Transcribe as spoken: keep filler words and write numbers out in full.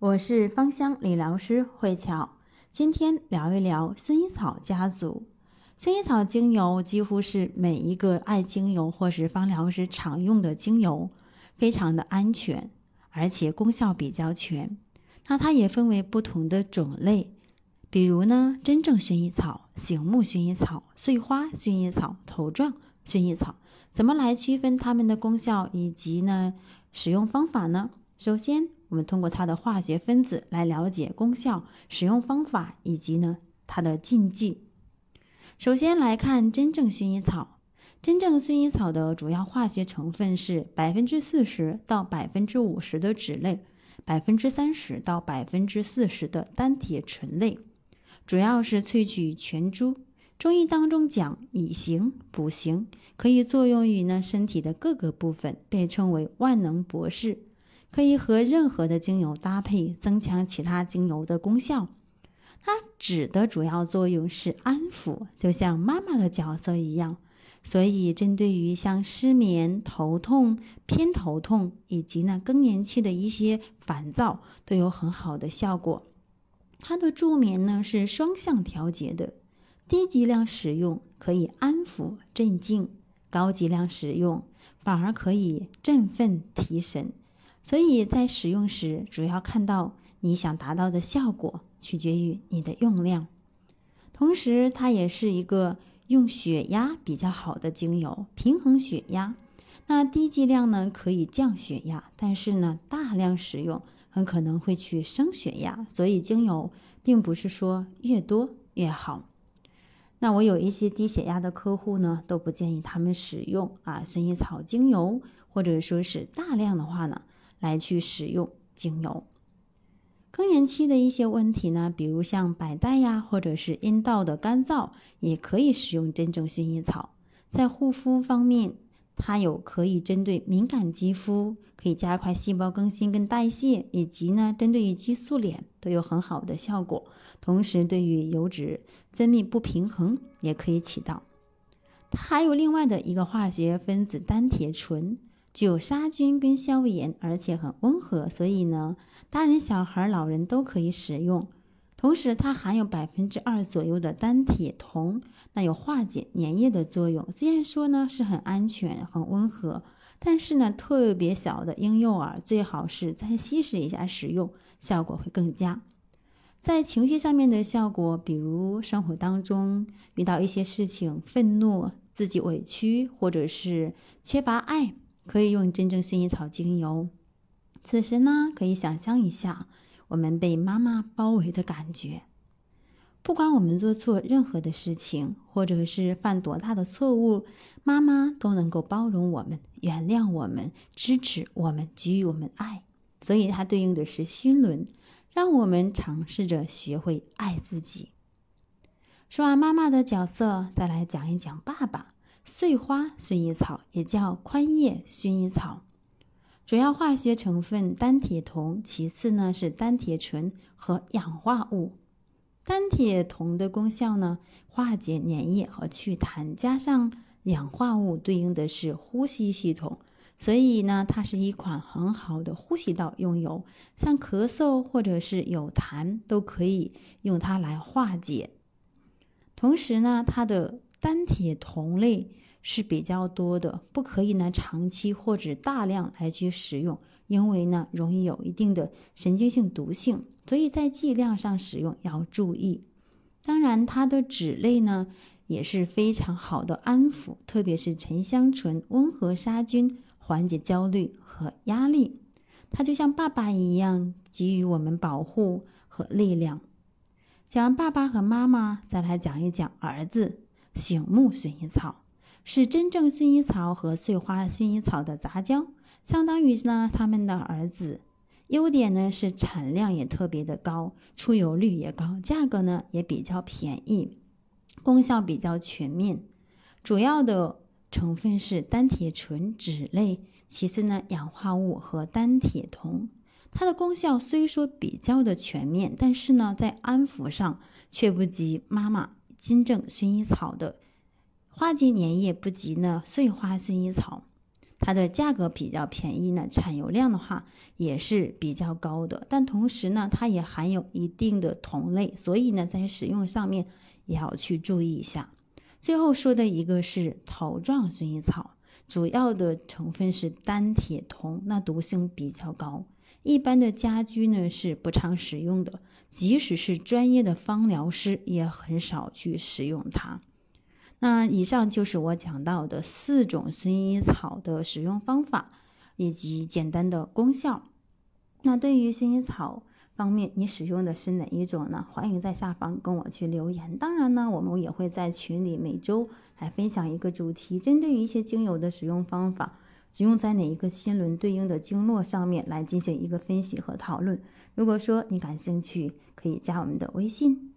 我是芳香理疗师慧巧，今天聊一聊薰衣草家族。薰衣草精油几乎是每一个爱精油或是芳疗师常用的精油，非常的安全，而且功效比较全。那它也分为不同的种类，比如呢，真正薰衣草、醒目薰衣草、碎花薰衣草、头状薰衣草，怎么来区分它们的功效以及呢使用方法呢？首先，我们通过它的化学分子来了解功效、使用方法以及呢它的禁忌。首先来看真正薰衣草，真正薰衣草的主要化学成分是百分之四十到百分之五十的酯类，百分之三十到百分之四十的单铁醇类，主要是萃取全株。中医当中讲以形补形，可以作用于呢身体的各个部分，被称为万能博士。可以和任何的精油搭配，增强其他精油的功效。它酯的主要作用是安抚，就像妈妈的角色一样，所以针对于像失眠、头痛、偏头痛以及呢更年期的一些烦躁都有很好的效果。它的助眠呢是双向调节的，低剂量使用可以安抚镇静，高剂量使用反而可以振奋提神。所以在使用时，主要看到你想达到的效果，取决于你的用量。同时，它也是一个用血压比较好的精油，平衡血压。那低剂量呢，可以降血压，但是呢，大量使用很可能会去升血压。所以精油并不是说越多越好。那我有一些低血压的客户呢，都不建议他们使用啊薰衣草精油，或者说是大量的话呢，来去使用精油。更年期的一些问题呢，比如像白带呀，或者是阴道的干燥，也可以使用真正薰衣草。在护肤方面，它有可以针对敏感肌肤，可以加快细胞更新跟代谢，以及呢针对于激素脸都有很好的效果。同时对于油脂分泌不平衡也可以起到。它还有另外的一个化学分子单铁醇，具有杀菌跟消炎，而且很温和，所以呢大人小孩老人都可以使用。同时它含有百分之二左右的单铁酮，那有化解粘液的作用。虽然说呢是很安全很温和，但是呢特别小的婴幼儿最好是再稀释一下使用，效果会更佳。在情绪上面的效果，比如生活当中遇到一些事情愤怒、自己委屈，或者是缺乏爱，可以用真正薰衣草精油。此时呢可以想象一下我们被妈妈包围的感觉。不管我们做错任何的事情，或者是犯多大的错误，妈妈都能够包容我们，原谅我们，支持我们，给予我们爱。所以它对应的是心轮，让我们尝试着学会爱自己。说完妈妈的角色，再来讲一讲爸爸。碎花薰衣草也叫宽叶薰衣草，主要化学成分单铁酮，其次呢是单铁醇和氧化物。单铁酮的功效呢，化解粘液和祛痰，加上氧化物对应的是呼吸系统，所以呢它是一款很好的呼吸道用油，像咳嗽或者是有痰都可以用它来化解。同时呢它的单铁酮类是比较多的，不可以呢长期或者大量来去使用，因为呢容易有一定的神经性毒性，所以在剂量上使用要注意。当然它的酯类呢也是非常好的安抚，特别是沉香醇，温和杀菌，缓解焦虑和压力。它就像爸爸一样，给予我们保护和力量。讲完爸爸和妈妈，再来讲一讲儿子。醒目薰衣草是真正薰衣草和碎花薰衣草的杂交，相当于呢他们的儿子。优点呢是产量也特别的高，出油率也高，价格呢也比较便宜，功效比较全面。主要的成分是单铁醇酯类，其次呢氧化物和单铁酮。它的功效虽说比较的全面，但是呢在安抚上却不及妈妈真正薰衣草的化解粘液，不及呢碎花薰衣草。 它的价格比较便宜呢，产油量的话也是比较高的，但同时呢，它也含有一定的酮类，所以呢，在使用上面也要去注意一下。最后说的一个是桃状薰衣草，主要的成分是单铁酮，那毒性比较高，一般的家居呢是不常使用的，即使是专业的芳疗师也很少去使用它。那以上就是我讲到的四种薰衣草的使用方法以及简单的功效。那对于薰衣草方面，你使用的是哪一种呢？欢迎在下方跟我去留言。当然呢，我们也会在群里每周来分享一个主题，针对于一些精油的使用方法，只用在哪一个心轮对应的经络上面来进行一个分析和讨论。如果说你感兴趣，可以加我们的微信。